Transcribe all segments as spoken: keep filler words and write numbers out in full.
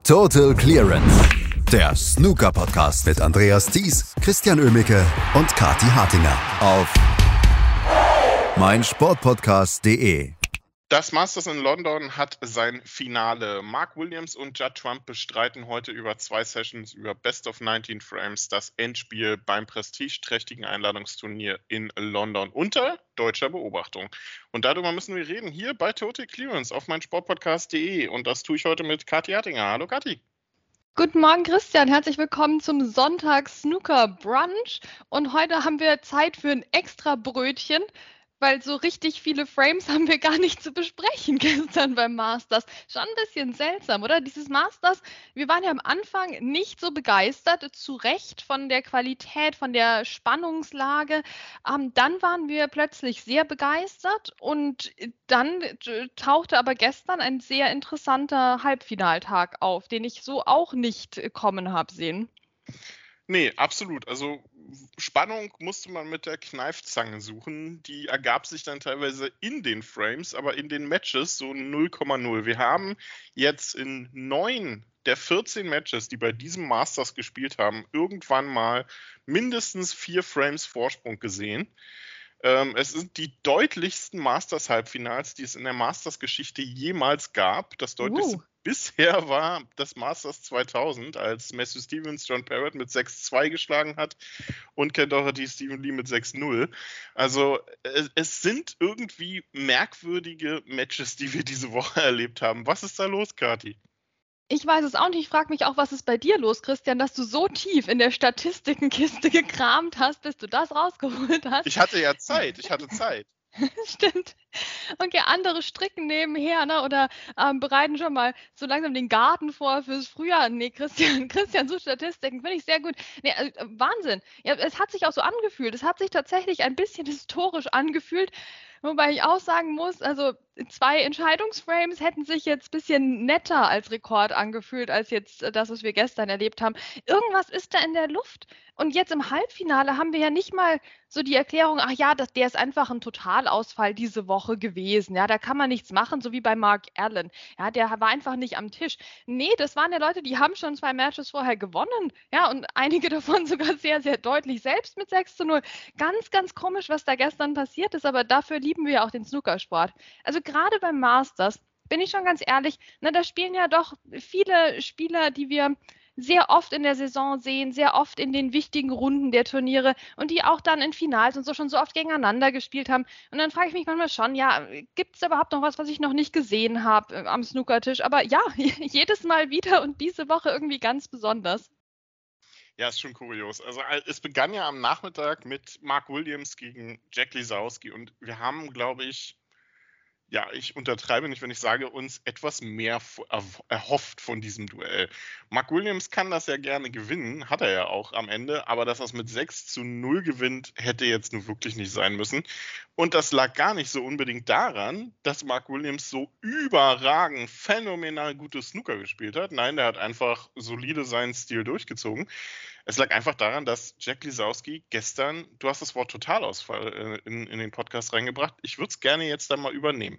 Total Clearance, der Snooker-Podcast mit Andreas Thies, Christian Oemicke und Kathi Hartinger auf meinsportpodcast punkt de. Das Masters in London hat sein Finale. Mark Williams und Judd Trump bestreiten heute über zwei Sessions über Best of neunzehn Frames das Endspiel beim prestigeträchtigen Einladungsturnier in London unter deutscher Beobachtung. Und darüber müssen wir reden hier bei Total Clearance auf meinsportpodcast punkt de. Und das tue ich heute mit Kathi Hartinger. Hallo Kathi. Guten Morgen, Christian. Herzlich willkommen zum Sonntag-Snooker-Brunch. Und heute haben wir Zeit für ein extra Brötchen, weil so richtig viele Frames haben wir gar nicht zu besprechen gestern beim Masters. Schon ein bisschen seltsam, oder? Dieses Masters, wir waren ja am Anfang nicht so begeistert, zu Recht von der Qualität, von der Spannungslage. Ähm, dann waren wir plötzlich sehr begeistert und dann äh, tauchte aber gestern ein sehr interessanter Halbfinaltag auf, den ich so auch nicht äh, kommen habe sehen. Nee, absolut. Also Spannung musste man mit der Kneifzange suchen. Die ergab sich dann teilweise in den Frames, aber in den Matches so null Komma null. Wir haben jetzt in neun der vierzehn Matches, die bei diesem Masters gespielt haben, irgendwann mal mindestens vier Frames Vorsprung gesehen. Ähm, es sind die deutlichsten Masters-Halbfinals, die es in der Masters-Geschichte jemals gab. Das deutlichste uh. bisher war das Masters zweitausend, als Matthew Stevens John Parrott mit sechs zwei geschlagen hat und Ken Doherty Stephen Lee mit sechs null. Also es, es sind irgendwie merkwürdige Matches, die wir diese Woche erlebt haben. Was ist da los, Kathi? Ich weiß es auch nicht. Ich frage mich auch, was ist bei dir los, Christian, dass du so tief in der Statistikenkiste gekramt hast, bis du das rausgeholt hast. Ich hatte ja Zeit. Ich hatte Zeit. Stimmt. Okay, andere stricken nebenher, ne? Oder ähm, bereiten schon mal so langsam den Garten vor fürs Frühjahr. Nee, Christian, Christian sucht Statistiken, finde ich sehr gut. Nee, also, Wahnsinn. Ja, es hat sich auch so angefühlt. Es hat sich tatsächlich ein bisschen historisch angefühlt. Wobei ich auch sagen muss, also zwei Entscheidungsframes hätten sich jetzt ein bisschen netter als Rekord angefühlt, als jetzt das, was wir gestern erlebt haben. Irgendwas ist da in der Luft. Und jetzt im Halbfinale haben wir ja nicht mal so die Erklärung, ach ja, das, der ist einfach ein Totalausfall diese Woche gewesen. Ja, da kann man nichts machen, so wie bei Mark Allen. Ja, der war einfach nicht am Tisch. Nee, das waren ja Leute, die haben schon zwei Matches vorher gewonnen. Ja, und einige davon sogar sehr, sehr deutlich, selbst mit sechs zu null. Ganz, ganz komisch, was da gestern passiert ist, aber dafür lieben wir ja auch den Snookersport. Also gerade beim Masters, bin ich schon ganz ehrlich, ne, da spielen ja doch viele Spieler, die wir sehr oft in der Saison sehen, sehr oft in den wichtigen Runden der Turniere und die auch dann in Finals und so schon so oft gegeneinander gespielt haben. Und dann frage ich mich manchmal schon, ja, gibt es überhaupt noch was, was ich noch nicht gesehen habe äh, am Snookertisch? Aber ja, jedes Mal wieder und diese Woche irgendwie ganz besonders. Ja, ist schon kurios. Also es begann ja am Nachmittag mit Mark Williams gegen Jack Lisowski und wir haben, glaube ich, ja, ich untertreibe nicht, wenn ich sage, uns etwas mehr erhofft von diesem Duell. Mark Williams kann das ja gerne gewinnen, hat er ja auch am Ende, aber dass er es mit sechs zu null gewinnt, hätte jetzt nur wirklich nicht sein müssen. Und das lag gar nicht so unbedingt daran, dass Mark Williams so überragend, phänomenal gutes Snooker gespielt hat. Nein, der hat einfach solide seinen Stil durchgezogen. Es lag einfach daran, dass Jack Lisowski gestern, du hast das Wort Totalausfall in, in den Podcast reingebracht, ich würde es gerne jetzt dann mal übernehmen.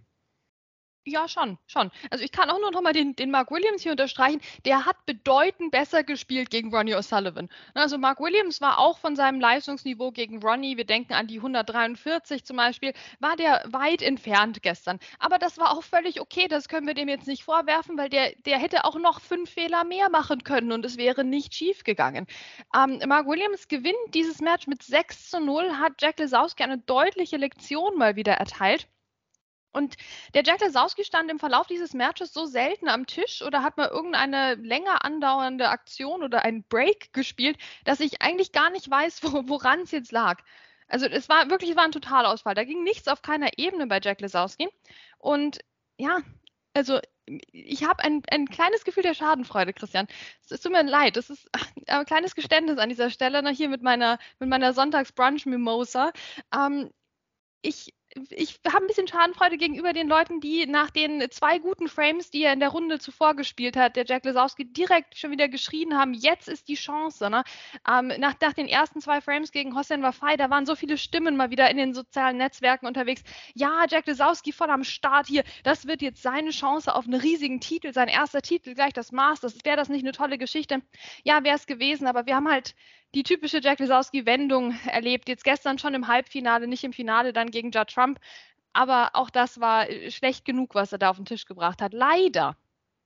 Ja, schon, schon. Also ich kann auch nur noch mal den, den Mark Williams hier unterstreichen. Der hat bedeutend besser gespielt gegen Ronnie O'Sullivan. Also Mark Williams war auch von seinem Leistungsniveau gegen Ronnie, wir denken an die hundertdreiundvierzig zum Beispiel, war der weit entfernt gestern. Aber das war auch völlig okay, das können wir dem jetzt nicht vorwerfen, weil der, der hätte auch noch fünf Fehler mehr machen können und es wäre nicht schief gegangen. Ähm, Mark Williams gewinnt dieses Match mit sechs zu null, hat Jack Lisowski eine deutliche Lektion mal wieder erteilt. Und der Jack Lisowski stand im Verlauf dieses Matches so selten am Tisch oder hat mal irgendeine länger andauernde Aktion oder einen Break gespielt, dass ich eigentlich gar nicht weiß, wo, woran es jetzt lag. Also es war wirklich war ein Totalausfall. Da ging nichts auf keiner Ebene bei Jack Lisowski. Und ja, also ich habe ein, ein kleines Gefühl der Schadenfreude, Christian. Es tut mir leid, das ist ein kleines Geständnis an dieser Stelle, ne, hier mit meiner, mit meiner Sonntags-Brunch-Mimosa. Ähm, ich ich habe ein bisschen Schadenfreude gegenüber den Leuten, die nach den zwei guten Frames, die er in der Runde zuvor gespielt hat, der Jack Lisowski, direkt schon wieder geschrien haben, jetzt ist die Chance. Ne? Ähm, nach, nach den ersten zwei Frames gegen Hossein Wafai, da waren so viele Stimmen mal wieder in den sozialen Netzwerken unterwegs. Ja, Jack Lisowski voll am Start hier. Das wird jetzt seine Chance auf einen riesigen Titel, sein erster Titel, gleich das Masters. Wäre das nicht eine tolle Geschichte? Ja, wäre es gewesen, aber wir haben halt die typische Jack Lisowski-Wendung erlebt. Jetzt gestern schon im Halbfinale, nicht im Finale, dann gegen Judd Trump. Aber auch das war schlecht genug, was er da auf den Tisch gebracht hat. Leider.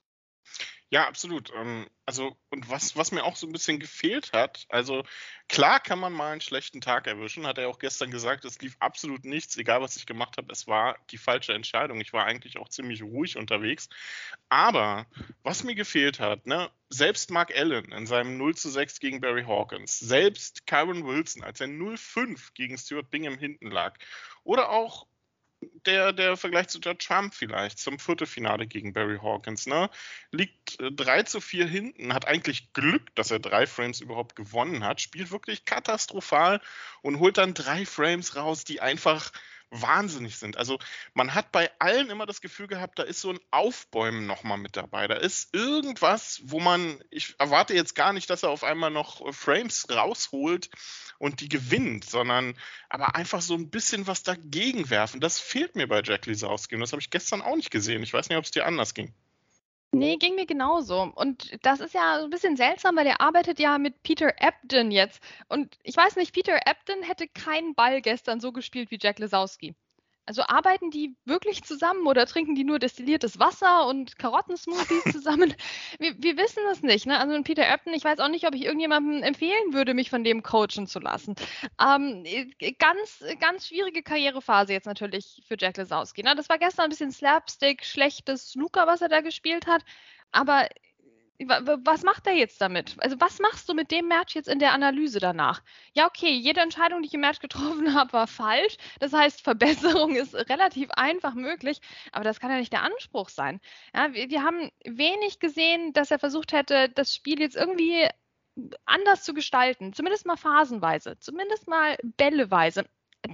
Ja, absolut. Ähm, also, und was, was mir auch so ein bisschen gefehlt hat, also klar kann man mal einen schlechten Tag erwischen, hat er auch gestern gesagt, es lief absolut nichts, egal was ich gemacht habe, es war die falsche Entscheidung. Ich war eigentlich auch ziemlich ruhig unterwegs. Aber was mir gefehlt hat, ne, selbst Mark Allen in seinem null zu sechs gegen Barry Hawkins, selbst Kyron Wilson, als er null fünf gegen Stuart Bingham hinten lag, oder auch Der, der Vergleich zu Judd Trump vielleicht, zum Viertelfinale gegen Barry Hawkins, ne? Liegt äh, drei zu vier hinten, hat eigentlich Glück, dass er drei Frames überhaupt gewonnen hat, spielt wirklich katastrophal und holt dann drei Frames raus, die einfach wahnsinnig sind. Also man hat bei allen immer das Gefühl gehabt, da ist so ein Aufbäumen nochmal mit dabei. Da ist irgendwas, wo man, ich erwarte jetzt gar nicht, dass er auf einmal noch äh, Frames rausholt und die gewinnt, sondern aber einfach so ein bisschen was dagegen werfen. Das fehlt mir bei Jack Lisowski und das habe ich gestern auch nicht gesehen. Ich weiß nicht, ob es dir anders ging. Nee, ging mir genauso. Und das ist ja so ein bisschen seltsam, weil er arbeitet ja mit Peter Ebdon jetzt. Und ich weiß nicht, Peter Ebdon hätte keinen Ball gestern so gespielt wie Jack Lisowski. Also arbeiten die wirklich zusammen oder trinken die nur destilliertes Wasser und Karottensmoothies zusammen? Wir, wir wissen es nicht. Ne? Also Peter Ebdon, ich weiß auch nicht, ob ich irgendjemandem empfehlen würde, mich von dem coachen zu lassen. Ähm, ganz, ganz schwierige Karrierephase jetzt natürlich für Jack Lisowski. Ne? Das war gestern ein bisschen Slapstick, schlechtes Snooker, was er da gespielt hat. Aber was macht er jetzt damit? Also was machst du mit dem Match jetzt in der Analyse danach? Ja, okay, jede Entscheidung, die ich im Match getroffen habe, war falsch. Das heißt, Verbesserung ist relativ einfach möglich, aber das kann ja nicht der Anspruch sein. Ja, wir, wir haben wenig gesehen, dass er versucht hätte, das Spiel jetzt irgendwie anders zu gestalten. Zumindest mal phasenweise, zumindest mal bälleweise.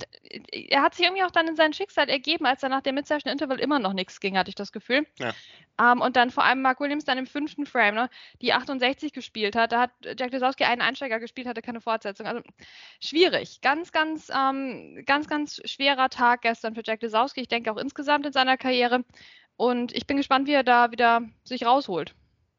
Er hat sich irgendwie auch dann in sein Schicksal ergeben, als er nach dem Mid-Session Interval immer noch nichts ging, hatte ich das Gefühl. Ja. Um, und dann vor allem Mark Williams dann im fünften Frame, ne, die achtundsechzig gespielt hat. Da hat Jack Lisowski einen Einsteiger gespielt, hatte keine Fortsetzung. Also schwierig. Ganz, ganz, ähm, ganz, ganz schwerer Tag gestern für Jack Lisowski. Ich denke auch insgesamt in seiner Karriere. Und ich bin gespannt, wie er da wieder sich rausholt.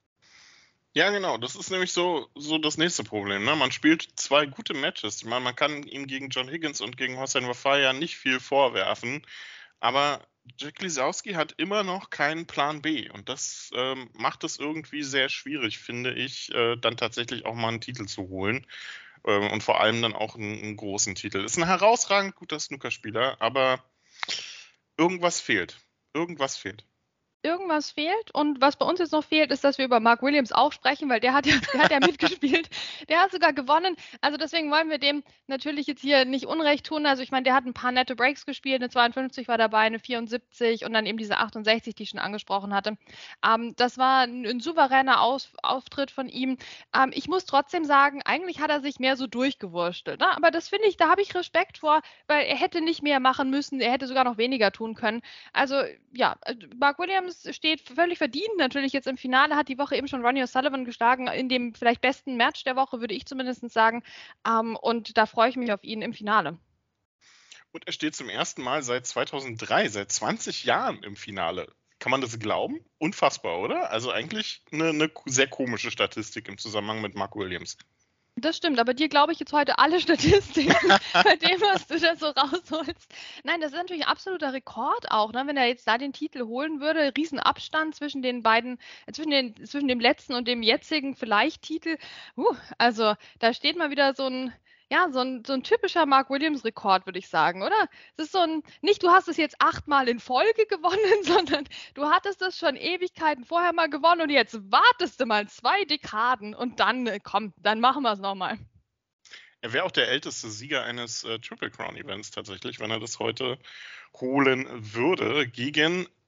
Ja, genau. Das ist nämlich so, so das nächste Problem. Ne? Man spielt zwei gute Matches. Ich meine, man kann ihm gegen John Higgins und gegen Hossein Wafai ja nicht viel vorwerfen. Aber Jack Lisowski hat immer noch keinen Plan B. Und das ähm, macht es irgendwie sehr schwierig, finde ich, äh, dann tatsächlich auch mal einen Titel zu holen. Ähm, und vor allem dann auch einen, einen großen Titel. Ist ein herausragend guter Snookerspieler, aber irgendwas fehlt. Irgendwas fehlt. Irgendwas fehlt. Und was bei uns jetzt noch fehlt, ist, dass wir über Mark Williams auch sprechen, weil der hat ja, der hat ja mitgespielt. Der hat sogar gewonnen. Also deswegen wollen wir dem natürlich jetzt hier nicht Unrecht tun. Also ich meine, der hat ein paar nette Breaks gespielt. Eine zweiundfünfzig war dabei, eine vierundsiebzig und dann eben diese achtundsechzig, die ich schon angesprochen hatte. Ähm, das war ein, ein souveräner Aus, Auftritt von ihm. Ähm, ich muss trotzdem sagen, eigentlich hat er sich mehr so durchgewurstelt. Ne? Aber das finde ich, da habe ich Respekt vor, weil er hätte nicht mehr machen müssen. Er hätte sogar noch weniger tun können. Also ja, Mark Williams steht völlig verdient natürlich jetzt im Finale, hat die Woche eben schon Ronnie O'Sullivan geschlagen, in dem vielleicht besten Match der Woche, würde ich zumindest sagen. Ähm, und da freue ich mich auf ihn im Finale. Und er steht zum ersten Mal seit zweitausenddrei, seit zwanzig Jahren im Finale. Kann man das glauben? Unfassbar, oder? Also eigentlich eine, eine sehr komische Statistik im Zusammenhang mit Mark Williams. Das stimmt, aber dir glaube ich jetzt heute alle Statistiken bei dem, was du da so rausholst. Nein, das ist natürlich ein absoluter Rekord auch, ne? Wenn er jetzt da den Titel holen würde, Riesenabstand zwischen den beiden, zwischen, den, zwischen dem letzten und dem jetzigen vielleicht Titel. Uh, also da steht mal wieder so ein, ja, so ein, so ein typischer Mark Williams-Rekord, würde ich sagen, oder? Es ist so ein, nicht du hast es jetzt achtmal in Folge gewonnen, sondern du hattest es schon Ewigkeiten vorher mal gewonnen und jetzt wartest du mal zwei Dekaden und dann, komm, dann machen wir es nochmal. Er wäre auch der älteste Sieger eines äh, Triple Crown Events tatsächlich, wenn er das heute holen würde, gegen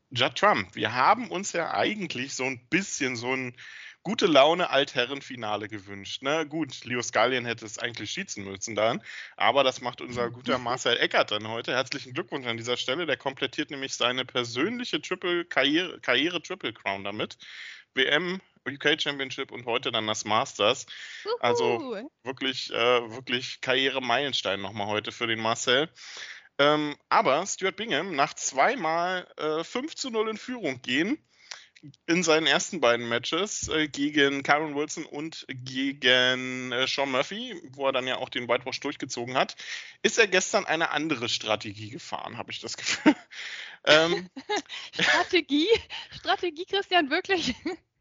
Judd Trump. Wir haben uns ja eigentlich so ein bisschen so ein gute Laune Altherrenfinale gewünscht. Ne? Gut, Leo Scullion hätte es eigentlich schießen müssen dann, aber das macht unser guter Marcel Eckert dann heute. Herzlichen Glückwunsch an dieser Stelle. Der komplettiert nämlich seine persönliche Triple Karriere, Karriere Triple Crown damit. W M, U K Championship und heute dann das Masters. Also Uhu. wirklich, äh, wirklich Karrieremeilenstein nochmal heute für den Marcel. Ähm, aber Stuart Bingham nach zweimal äh, fünf zu null in Führung gehen, in seinen ersten beiden Matches äh, gegen Kyron Wilson und gegen äh, Sean Murphy, wo er dann ja auch den Whitewash durchgezogen hat, ist er gestern eine andere Strategie gefahren, habe ich das Gefühl. ähm, Strategie? Strategie, Christian, wirklich?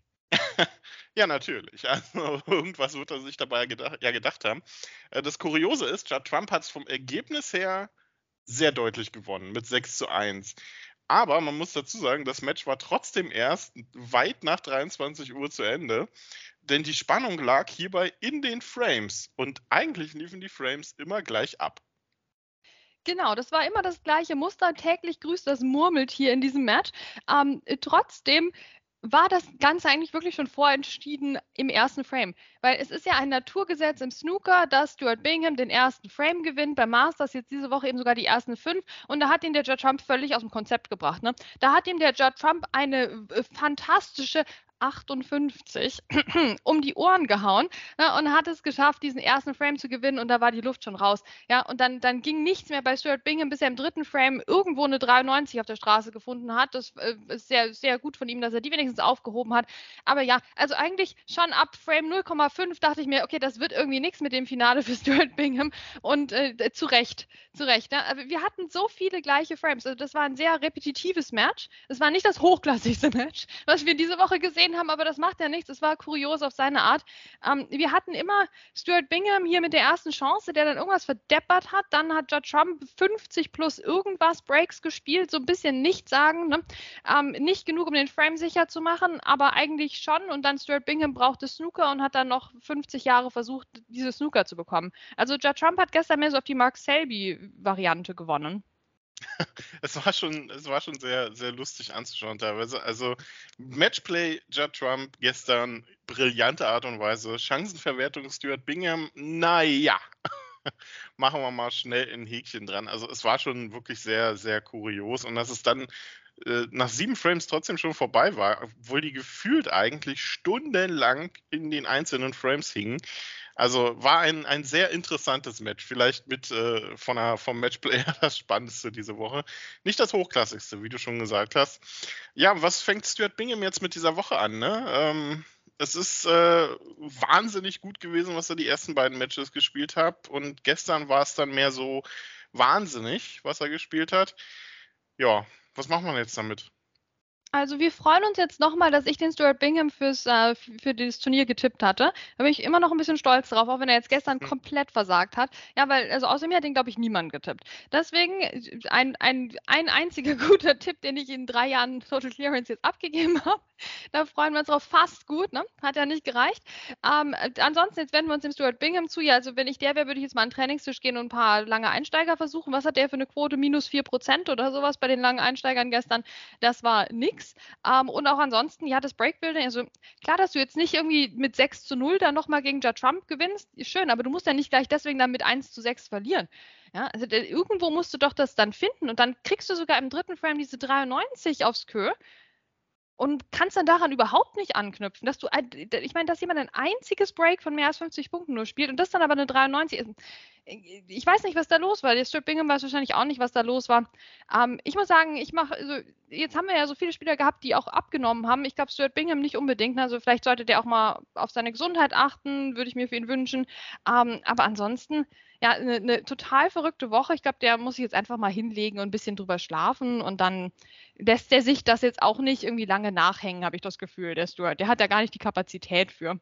Ja, natürlich. Also irgendwas wird er sich dabei gedacht, ja gedacht haben. Äh, Das Kuriose ist, Judd Trump hat es vom Ergebnis her sehr deutlich gewonnen mit sechs zu eins. Aber man muss dazu sagen, das Match war trotzdem erst weit nach dreiundzwanzig Uhr zu Ende, denn die Spannung lag hierbei in den Frames und eigentlich liefen die Frames immer gleich ab. Genau, das war immer das gleiche Muster. Täglich grüßt das Murmeltier in diesem Match. Ähm, äh, trotzdem war das Ganze eigentlich wirklich schon vorentschieden im ersten Frame. Weil es ist ja ein Naturgesetz im Snooker, dass Stuart Bingham den ersten Frame gewinnt, beim Masters jetzt diese Woche eben sogar die ersten fünf. Und da hat ihn der Judd Trump völlig aus dem Konzept gebracht. Ne? Da hat ihm der Judd Trump eine äh, fantastische achtundfünfzig um die Ohren gehauen, ne, und hat es geschafft, diesen ersten Frame zu gewinnen und da war die Luft schon raus. Ja, und dann, dann ging nichts mehr bei Stuart Bingham, bis er im dritten Frame irgendwo eine dreiundneunzig auf der Straße gefunden hat. Das äh, ist sehr, sehr gut von ihm, dass er die wenigstens aufgehoben hat. Aber ja, also eigentlich schon ab Frame null Komma fünf dachte ich mir, okay, das wird irgendwie nichts mit dem Finale für Stuart Bingham und äh, zu Recht, zu Recht. Ne? Aber wir hatten so viele gleiche Frames. Also das war ein sehr repetitives Match. Es war nicht das hochklassigste Match, was wir diese Woche gesehen haben, aber das macht ja nichts. Es war kurios auf seine Art. Ähm, wir hatten immer Stuart Bingham hier mit der ersten Chance, der dann irgendwas verdeppert hat. Dann hat Judd Trump fünfzig plus irgendwas Breaks gespielt, so ein bisschen nichts sagen. Ne? Ähm, nicht genug, um den Frame sicher zu machen, aber eigentlich schon. Und dann Stuart Bingham brauchte Snooker und hat dann noch fünfzig Jahre versucht, diese Snooker zu bekommen. Also Judd Trump hat gestern mehr so auf die Mark Selby-Variante gewonnen. Es war schon, es war schon sehr, sehr lustig anzuschauen teilweise. Also Matchplay, Judd Trump gestern, brillante Art und Weise. Chancenverwertung Stuart Bingham, naja. Machen wir mal schnell ein Häkchen dran. Also es war schon wirklich sehr, sehr kurios. Und dass es dann äh, nach sieben Frames trotzdem schon vorbei war, obwohl die gefühlt eigentlich stundenlang in den einzelnen Frames hingen. Also war ein, ein sehr interessantes Match. Vielleicht mit äh, von der, vom Matchplay das Spannendste diese Woche. Nicht das Hochklassigste, wie du schon gesagt hast. Ja, was fängt Stuart Bingham jetzt mit dieser Woche an? Ne? Ähm, es ist äh, wahnsinnig gut gewesen, was er die ersten beiden Matches gespielt hat. Und gestern war es dann mehr so wahnsinnig, was er gespielt hat. Ja, was macht man jetzt damit? Also wir freuen uns jetzt nochmal, dass ich den Stuart Bingham fürs, äh, für dieses Turnier getippt hatte. Da bin ich immer noch ein bisschen stolz drauf, auch wenn er jetzt gestern Hm. komplett versagt hat. Ja, weil, also außer mir hat den, glaube ich, niemand getippt. Deswegen äh, ein, ein, ein einziger guter Tipp, den ich in drei Jahren Total Clearance jetzt abgegeben habe. Da freuen wir uns drauf. Fast gut, ne? Hat ja nicht gereicht. Ähm, äh, ansonsten, jetzt wenden wir uns dem Stuart Bingham zu. Ja, also wenn ich der wäre, würde ich jetzt mal an den Trainingstisch gehen und ein paar lange Einsteiger versuchen. Was hat der für eine Quote? Minus vier Prozent oder sowas bei den langen Einsteigern gestern? Das war nix. Ähm, und auch ansonsten, ja, das Breakbuilding, also klar, dass du jetzt nicht irgendwie mit sechs zu null dann nochmal gegen Judd Trump gewinnst, ist schön, aber du musst ja nicht gleich deswegen dann mit eins zu sechs verlieren. Ja, also der, irgendwo musst du doch das dann finden und dann kriegst du sogar im dritten Frame diese dreiundneunzig aufs Kö und kannst dann daran überhaupt nicht anknüpfen, dass du, ich meine, dass jemand ein einziges Break von mehr als fünfzig Punkten nur spielt und das dann aber eine dreiundneunzig ist. Ich weiß nicht, was da los war. Der Stuart Bingham weiß wahrscheinlich auch nicht, was da los war. Ähm, ich muss sagen, ich mache, also jetzt haben wir ja so viele Spieler gehabt, die auch abgenommen haben. Ich glaube, Stuart Bingham nicht unbedingt. Also vielleicht sollte der auch mal auf seine Gesundheit achten, würde ich mir für ihn wünschen. Ähm, aber ansonsten, ja, eine, eine total verrückte Woche. Ich glaube, der muss sich jetzt einfach mal hinlegen und ein bisschen drüber schlafen und dann lässt der sich das jetzt auch nicht irgendwie lange nachhängen, habe ich das Gefühl, der Stuart. Der hat ja gar nicht die Kapazität für.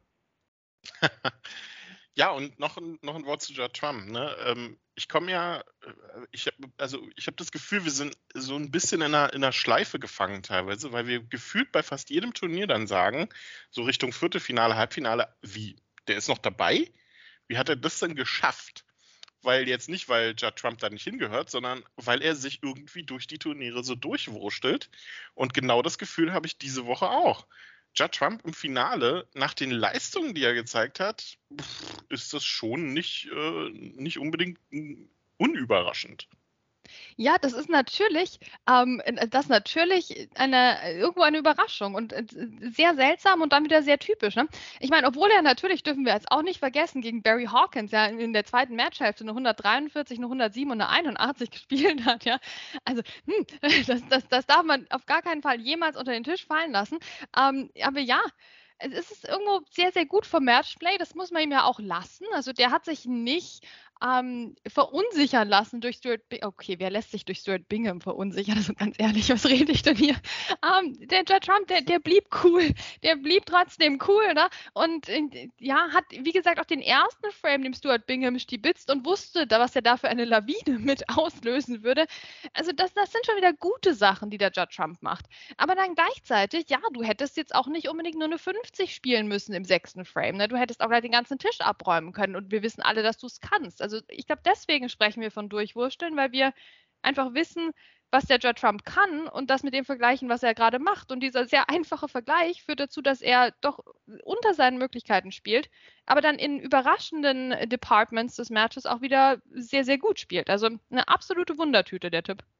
Ja, und noch ein, noch ein Wort zu Judd Trump. Ne? Ähm, ich komme ja, äh, ich habe also ich habe das Gefühl, wir sind so ein bisschen in einer, in einer Schleife gefangen teilweise, weil wir gefühlt bei fast jedem Turnier dann sagen, so Richtung Viertelfinale, Halbfinale, wie, der ist noch dabei? Wie hat er das denn geschafft? weil jetzt nicht, weil Judd Trump da nicht hingehört, sondern weil er sich irgendwie durch die Turniere so durchwurstelt. Und genau das Gefühl habe ich diese Woche auch. Judd Trump im Finale, nach den Leistungen, die er gezeigt hat, ist das schon nicht, äh, nicht unbedingt unüberraschend. Ja, das ist natürlich, ähm, das ist natürlich eine, irgendwo eine Überraschung und äh, sehr seltsam und dann wieder sehr typisch. Ne? Ich meine, obwohl er natürlich, dürfen wir jetzt auch nicht vergessen, gegen Barry Hawkins ja in der zweiten Matchhälfte eine hundertdreiundvierzig, eine hundertsieben und eine einundachtzig gespielt hat. Ja? Also, hm, das, das, das darf man auf gar keinen Fall jemals unter den Tisch fallen lassen. Ähm, aber ja, es ist irgendwo sehr, sehr gut vom Matchplay. Das muss man ihm ja auch lassen. Also der hat sich nicht ähm, verunsichern lassen durch Stuart Bingham. Okay, wer lässt sich durch Stuart Bingham verunsichern? Also ganz ehrlich, was rede ich denn hier? Ähm, der Judd Trump, der, der blieb cool. Der blieb trotzdem cool, ne? Und äh, ja, hat, wie gesagt, auch den ersten Frame dem Stuart Bingham stibitzt und wusste, was er da für eine Lawine mit auslösen würde. Also das, das sind schon wieder gute Sachen, die der Judd Trump macht. Aber dann gleichzeitig, ja, du hättest jetzt auch nicht unbedingt nur eine fünfzig spielen müssen im sechsten Frame. Ne? Du hättest auch gleich den ganzen Tisch abräumen können und wir wissen alle, dass du es kannst. Also ich glaube, deswegen sprechen wir von Durchwursteln, weil wir einfach wissen, was der Judd Trump kann und das mit dem vergleichen, was er gerade macht. Und dieser sehr einfache Vergleich führt dazu, dass er doch unter seinen Möglichkeiten spielt, aber dann in überraschenden Departments des Matches auch wieder sehr, sehr gut spielt. Also eine absolute Wundertüte, der Tipp.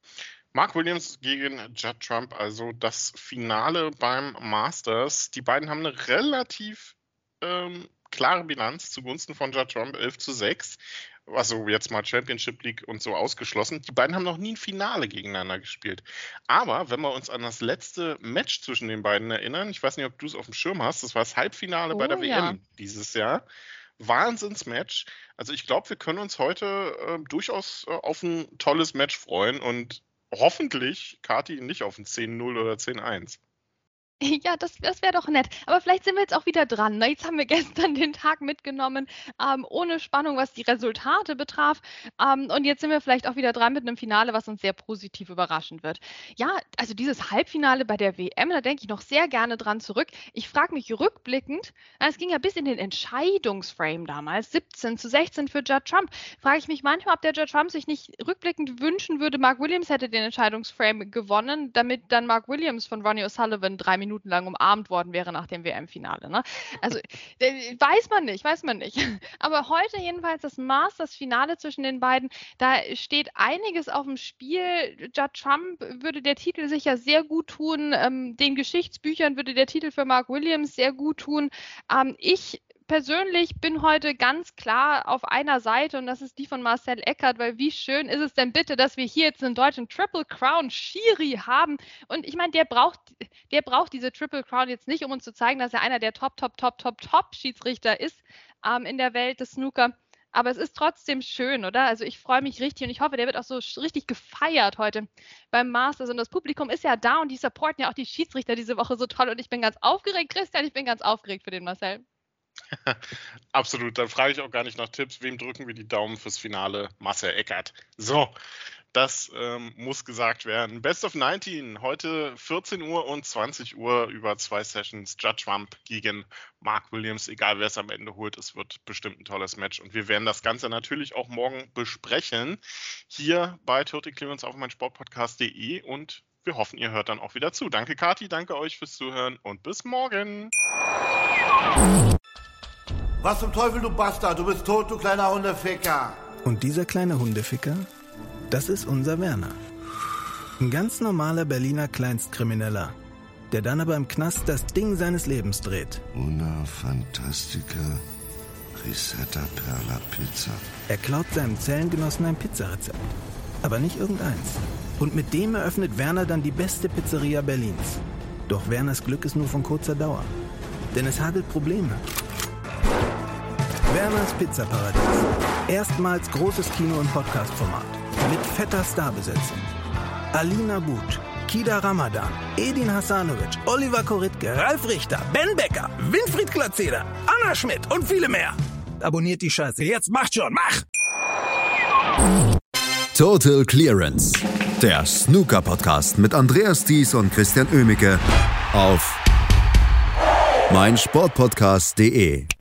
Mark Williams gegen Judd Trump, also das Finale beim Masters. Die beiden haben eine relativ ähm, klare Bilanz zugunsten von Judd Trump, elf zu sechs. Also jetzt mal Championship League und so ausgeschlossen. Die beiden haben noch nie ein Finale gegeneinander gespielt. Aber wenn wir uns an das letzte Match zwischen den beiden erinnern, ich weiß nicht, ob du es auf dem Schirm hast, das war das Halbfinale oh, bei der ja. W M dieses Jahr. Wahnsinnsmatch. Also ich glaube, wir können uns heute äh, durchaus äh, auf ein tolles Match freuen und hoffentlich Kati nicht auf ein zehn null oder zehn eins. Ja, das, das wäre doch nett. Aber vielleicht sind wir jetzt auch wieder dran. Ne? Jetzt haben wir gestern den Tag mitgenommen, ähm, ohne Spannung, was die Resultate betraf. Ähm, und jetzt sind wir vielleicht auch wieder dran mit einem Finale, was uns sehr positiv überraschen wird. Ja, also dieses Halbfinale bei der W M, da denke ich noch sehr gerne dran zurück. Ich frage mich rückblickend, es ging ja bis in den Entscheidungsframe damals, siebzehn zu sechzehn für Judd Trump, frage ich mich manchmal, ob der Judd Trump sich nicht rückblickend wünschen würde, Mark Williams hätte den Entscheidungsframe gewonnen, damit dann Mark Williams von Ronnie O'Sullivan drei Minuten Minuten lang umarmt worden wäre nach dem W M-Finale. Ne? Also weiß man nicht, weiß man nicht. Aber heute jedenfalls das Masters-Finale zwischen den beiden, da steht einiges auf dem Spiel. Judd Trump würde der Titel sicher sehr gut tun. Ähm, den Geschichtsbüchern würde der Titel für Mark Williams sehr gut tun. Ähm, ich persönlich bin heute ganz klar auf einer Seite und das ist die von Marcel Eckert, weil wie schön ist es denn bitte, dass wir hier jetzt einen deutschen Triple Crown Schiri haben und ich meine, der braucht, der braucht diese Triple Crown jetzt nicht, um uns zu zeigen, dass er einer der Top, Top, Top, Top, Top Schiedsrichter ist ähm, in der Welt des Snooker. Aber es ist trotzdem schön, oder? Also ich freue mich richtig und ich hoffe, der wird auch so richtig gefeiert heute beim Masters. Und das Publikum ist ja da und die supporten ja auch die Schiedsrichter diese Woche so toll. Und ich bin ganz aufgeregt, Christian, ich bin ganz aufgeregt für den Marcel. Absolut, dann frage ich auch gar nicht nach Tipps. Wem drücken wir die Daumen fürs Finale? Marcel Eckert. So, das ähm, muss gesagt werden. Best of neunzehn, heute vierzehn Uhr und zwanzig Uhr über zwei Sessions. Judd Trump gegen Mark Williams. Egal, wer es am Ende holt, es wird bestimmt ein tolles Match. Und wir werden das Ganze natürlich auch morgen besprechen. Hier bei Total Clearance auf meinsportpodcast punkt de und wir hoffen, ihr hört dann auch wieder zu. Danke, Kati, danke euch fürs Zuhören und bis morgen. Was zum Teufel, du Bastard? Du bist tot, du kleiner Hundeficker. Und dieser kleine Hundeficker, das ist unser Werner. Ein ganz normaler Berliner Kleinstkrimineller, der dann aber im Knast das Ding seines Lebens dreht. Una Fantastica Risetta Perla Pizza. Er klaut seinem Zellengenossen ein Pizzarezept. Aber nicht irgendeins. Und mit dem eröffnet Werner dann die beste Pizzeria Berlins. Doch Werners Glück ist nur von kurzer Dauer. Denn es hagelt Probleme. Werners Pizzaparadies. Erstmals großes Kino- und Podcast-Format. Mit fetter Starbesetzung. Alina But, Kida Ramadan, Edin Hasanovic, Oliver Koritke, Ralf Richter, Ben Becker, Winfried Glatzeder, Anna Schmidt und viele mehr. Abonniert die Scheiße. Jetzt macht schon, mach! Total Clearance. Der Snooker-Podcast mit Andreas Thies und Christian Oemicke auf meinsportpodcast punkt de.